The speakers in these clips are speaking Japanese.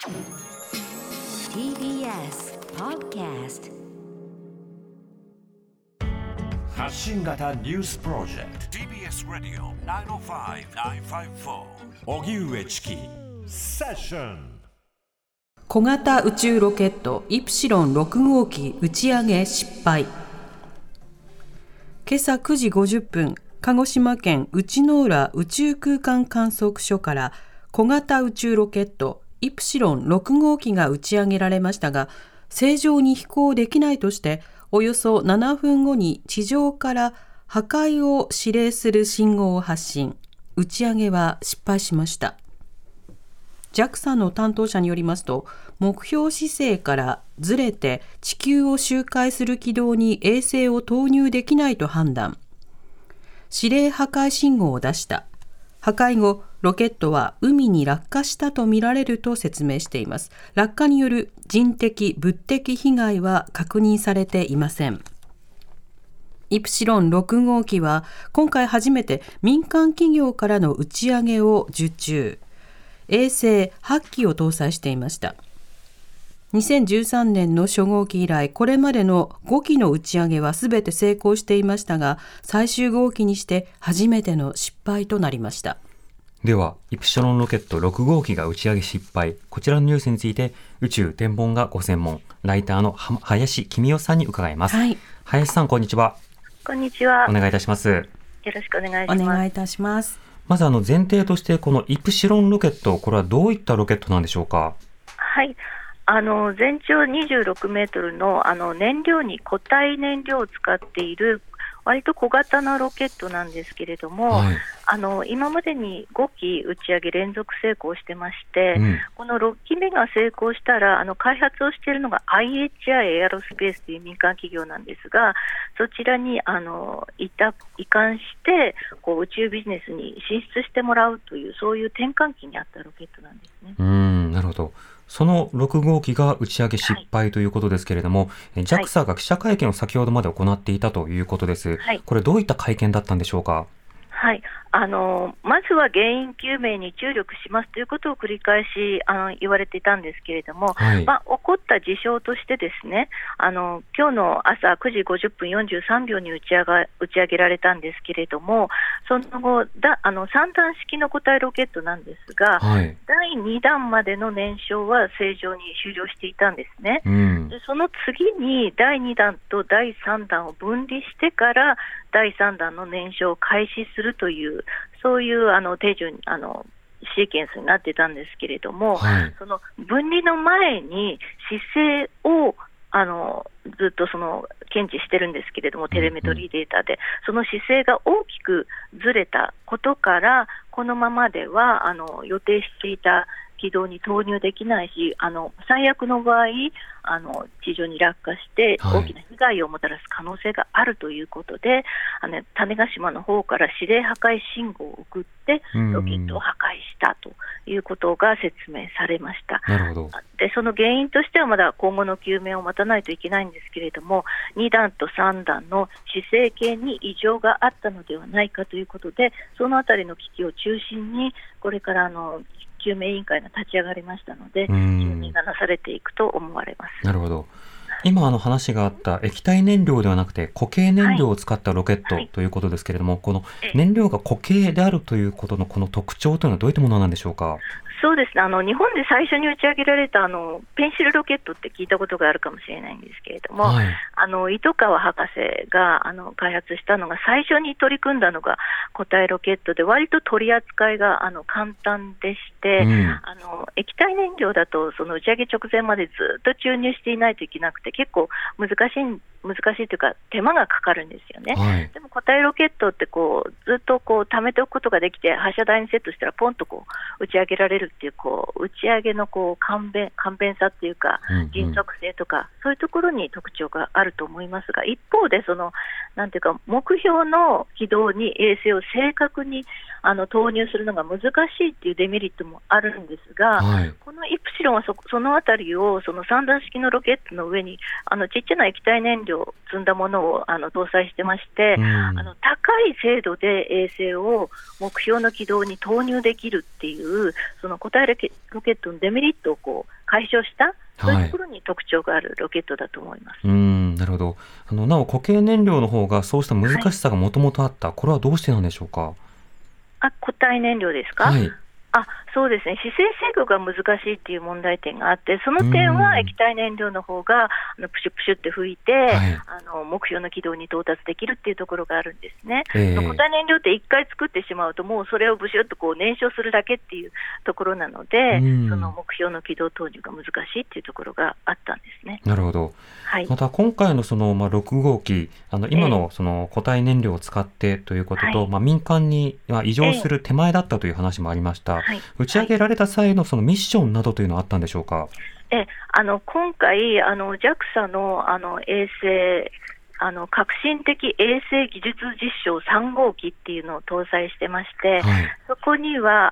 TBS Podcast 発信型ニュースプロジェクト TBS ラディオ905-954おぎゅうえちきセッション。 小型宇宙ロケットイプシロン6号機打ち上げ失敗。今朝9時50分、鹿児島県内之浦宇宙空間観測所から小型宇宙ロケットイプシロン6号機が打ち上げられましたが、正常に飛行できないとしておよそ7分後に地上から破壊を指令する信号を発信。打ち上げは失敗しました。JAXA の担当者によりますと、目標姿勢からずれて地球を周回する軌道に衛星を投入できないと判断。指令破壊信号を出した。破壊後、ロケットは海に落下したとみられると説明しています。落下による人的・物的被害は確認されていません。イプシロン6号機は今回初めて民間企業からの打ち上げを受注。衛星8機を搭載していました。2013年の初号機以来、これまでの5機の打ち上げはすべて成功していましたが、最終号機にして初めての失敗となりました。 では、イプシロンロケット6号機が打ち上げ失敗、こちらのニュースについて宇宙天文がご専門、ライターの林公代さんに伺います。はい、林さん、こんにちは。 こんにちは。 お願いいたします。よろしくお願いします。 お願いいたします。 まず前提としてこのイプシロンロケット、これはどういったロケットなんでしょうか。 はい、全長26メートルの燃料に固体燃料を使っている割と小型なロケットなんですけれども、はい、今までに5機打ち上げ連続成功してまして、この6機目が成功したら開発をしているのが IHI エアロスペースという民間企業なんですが、そちらに移管して宇宙ビジネスに進出してもらうという、そういう転換期にあったロケットなんですね。 なるほど。その6号機が打ち上げ失敗ということですけれども、JAXA が記者会見を先ほどまで行っていたということです。これどういった会見だったんでしょうか。 はい、まずは原因究明に注力しますということを繰り返し言われていたんですけれども、起こった事象としてですね、今日の朝9時50分43秒に打ち上げられたんですけれども、その後3段式の固体ロケットなんですが、第2弾までの燃焼は正常に終了していたんですね。でその次に第2弾と第3弾を分離してから第3弾の燃焼を開始するという、そういう手順シーケンスになってたんですけれども、その分離の前に姿勢をずっと検知してるんですけれども、テレメトリーデータでその姿勢が大きくずれたことから、このままでは予定していた軌道に投入できないし、最悪の場合地上に落下して大きな被害をもたらす可能性があるということで、種子島の方から指令破壊信号を送ってロケットを破壊したということが説明されました。 なるほど。 でその原因としてはまだ今後の究明を待たないといけないんですけれども、2段と3段の姿勢計に異常があったのではないかということで、そのあたりの機器を中心にこれから救命委員会が立ち上がりましたので、注意がなされていくと思われます。 なるほど。今話があった液体燃料ではなくて固形燃料を使ったロケットということですけれども、この燃料が固形であるということのこの特徴というのはどういったものなんでしょうか。 そうですね、日本で最初に打ち上げられたペンシルロケットって聞いたことがあるかもしれないんですけれども、糸川博士が開発したのが、最初に取り組んだのが固体ロケットで、割と取り扱いが簡単でして、液体燃料だとその打ち上げ直前までずっと注入していないといけなくて、結構難しいというか手間がかかるんですよね。でも固体ロケットってずっと貯めておくことができて、発射台にセットしたらポンと打ち上げられるっていう、打ち上げの簡便さっていうか、迅速性とか、そういうところに特徴があると思いますが、一方でなんていうか目標の軌道に衛星を正確に投入するのが難しいっていうデメリットもあるんですが、このイプシロンはそのあたりをその3段式のロケットの上にちっちゃな液体燃料を積んだものを搭載してまして、高い精度で衛星を目標の軌道に投入できるっていうその固体ロケットのデメリットを解消したそういうところに特徴があるロケットだと思います。 なるほど。なお固形燃料の方がそうした難しさがもともとあった、これはどうしてなんでしょうか。 固体燃料ですか。そうですね、姿勢制御が難しいっていう問題点があって、その点は液体燃料の方がプシュプシュって吹いて、目標の軌道に到達できるっていうところがあるんですね。固体燃料って1回作ってしまうともうそれをブシュッと燃焼するだけっていうところなので、その目標の軌道投入が難しいっていうところがあったんですね。 なるほど。また今回の6号機今のその固体燃料を使ってということと、民間に移乗する手前だったという話もありました。打ち上げられた際のそのミッションなどというのはあったんでしょうか。 今回JAXA の衛星革新的衛星技術実証3号機っていうのを搭載してまして、そこには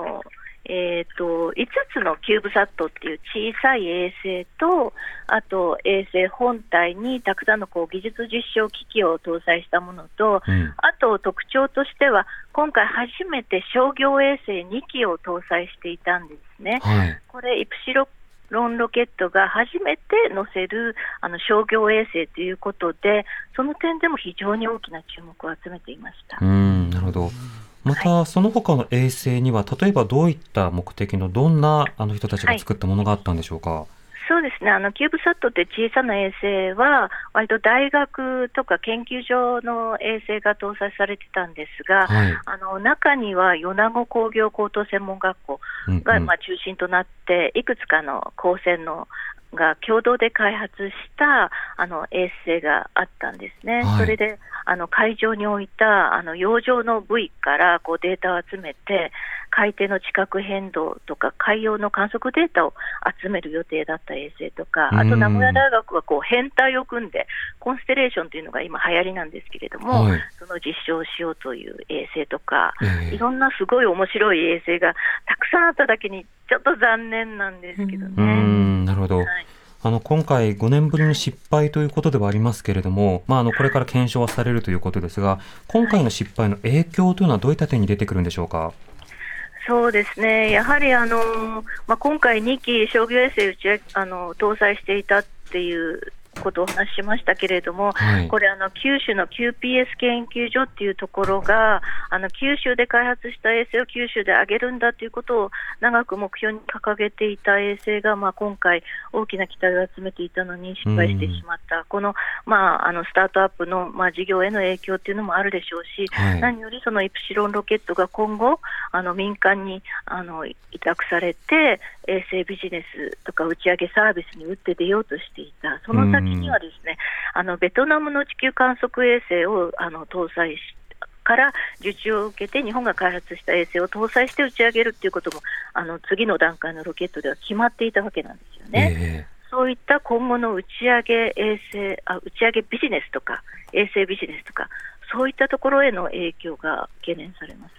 5つのキューブサットっていう小さい衛星と、あと衛星本体にたくさんの技術実証機器を搭載したものと、あと特徴としては今回初めて商業衛星2機を搭載していたんですね。これイプシロンロケットが初めて載せる商業衛星ということで、その点でも非常に大きな注目を集めていました。 なるほど。またその他の衛星には例えばどういった目的のどんな人たちが作ったものがあったんでしょうか。 そうですね、キューブサットって小さな衛星は割と大学とか研究所の衛星が搭載されてたんですが、中には米子工業高等専門学校が中心となっていくつかの高専のが共同で開発した衛星があったんですね。それで海上に置いた洋上の部位からデータを集めて、海底の地殻変動とか海洋の観測データを集める予定だった衛星とか、あと名古屋大学は編隊を組んでコンステレーションというのが今流行りなんですけれども、その実証をしようという衛星とか、いろんなすごい面白い衛星がたくさんあっただけにちょっと残念なんですけどね。 なるほど。今回5年ぶりの失敗ということではありますけれども、これから検証はされるということですが、今回の失敗の影響というのはどういった点に出てくるんでしょうか。 そうですね、やはり今回2機商業衛星搭載していたっていうことをお話ししましたけれども、これ九州の QPS 研究所っていうところが九州で開発した衛星を九州で上げるんだということを長く目標に掲げていた衛星が、今回大きな期待を集めていたのに失敗してしまった、この、スタートアップの、事業への影響っていうのもあるでしょうし、何よりそのイプシロンロケットが今後民間に委託されて衛星ビジネスとか打ち上げサービスに打って出ようとしていた。その先にはですね、ベトナムの地球観測衛星を搭載から受注を受けて日本が開発した衛星を搭載して打ち上げるということも次の段階のロケットでは決まっていたわけなんですよね。そういった今後の打ち上げビジネスとか衛星ビジネスとか、そういったところへの影響が懸念されます。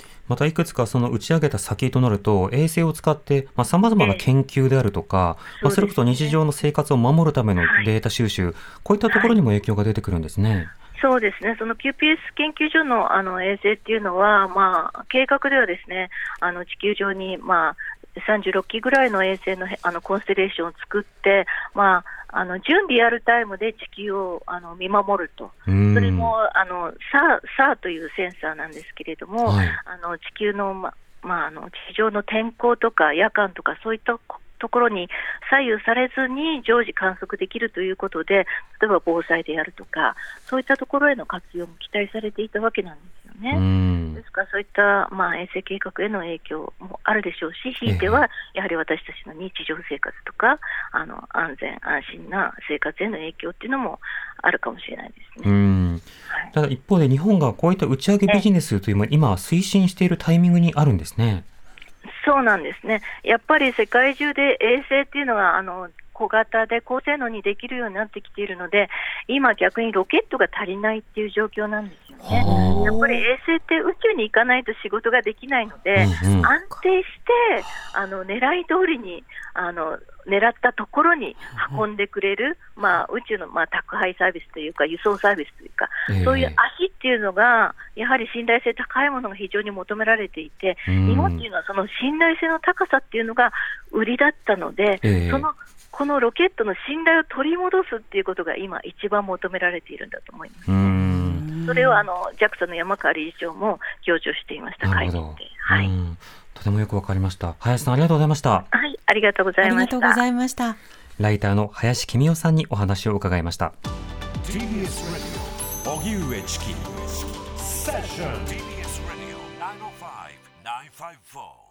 またいくつかその打ち上げた先となると衛星を使ってさまざまな研究であるとか、それこそ日常の生活を守るためのデータ収集、こういったところにも影響が出てくるんですね。 そうですね、その QPS 研究所の衛星っていうのは、計画ではですね、地球上に36機ぐらいの衛星のコンステレーションを作って、準リアルタイムで地球を見守ると。それもSAR というセンサーなんですけれども、地球の、地上の天候とか夜間とかそういったところに左右されずに常時観測できるということで、例えば防災であるとかそういったところへの活用も期待されていたわけなんですよね。ですからそういった、衛星計画への影響もあるでしょうし、ひいてはやはり私たちの日常生活とか安全安心な生活への影響っていうのもあるかもしれないですね。 ただ一方で日本がこういった打ち上げビジネスというのを今推進しているタイミングにあるんですね。 そうなんですね。やっぱり世界中で衛星っていうのが小型で高性能にできるようになってきているので、今逆にロケットが足りないっていう状況なんですよね。やっぱり衛星って宇宙に行かないと仕事ができないので、安定して狙い通りに狙ったところに運んでくれる、宇宙の宅配サービスというか輸送サービスというか、そういう足っていうのがやはり信頼性高いものが非常に求められていて、日本っていうのはその信頼性の高さっていうのが売りだったので、このロケットの信頼を取り戻すっていうことが今一番求められているんだと思います。それをJAXA の山川理事長も強調していました。会議で、 とてもよくわかりました。林さん、ありがとうございました。 はい、ありがとうございました。 ありがとうございました。 ライターの林公夫さんにお話を伺いました。 TBS ラジオ荻上チキセッション TBS ラジオ905-954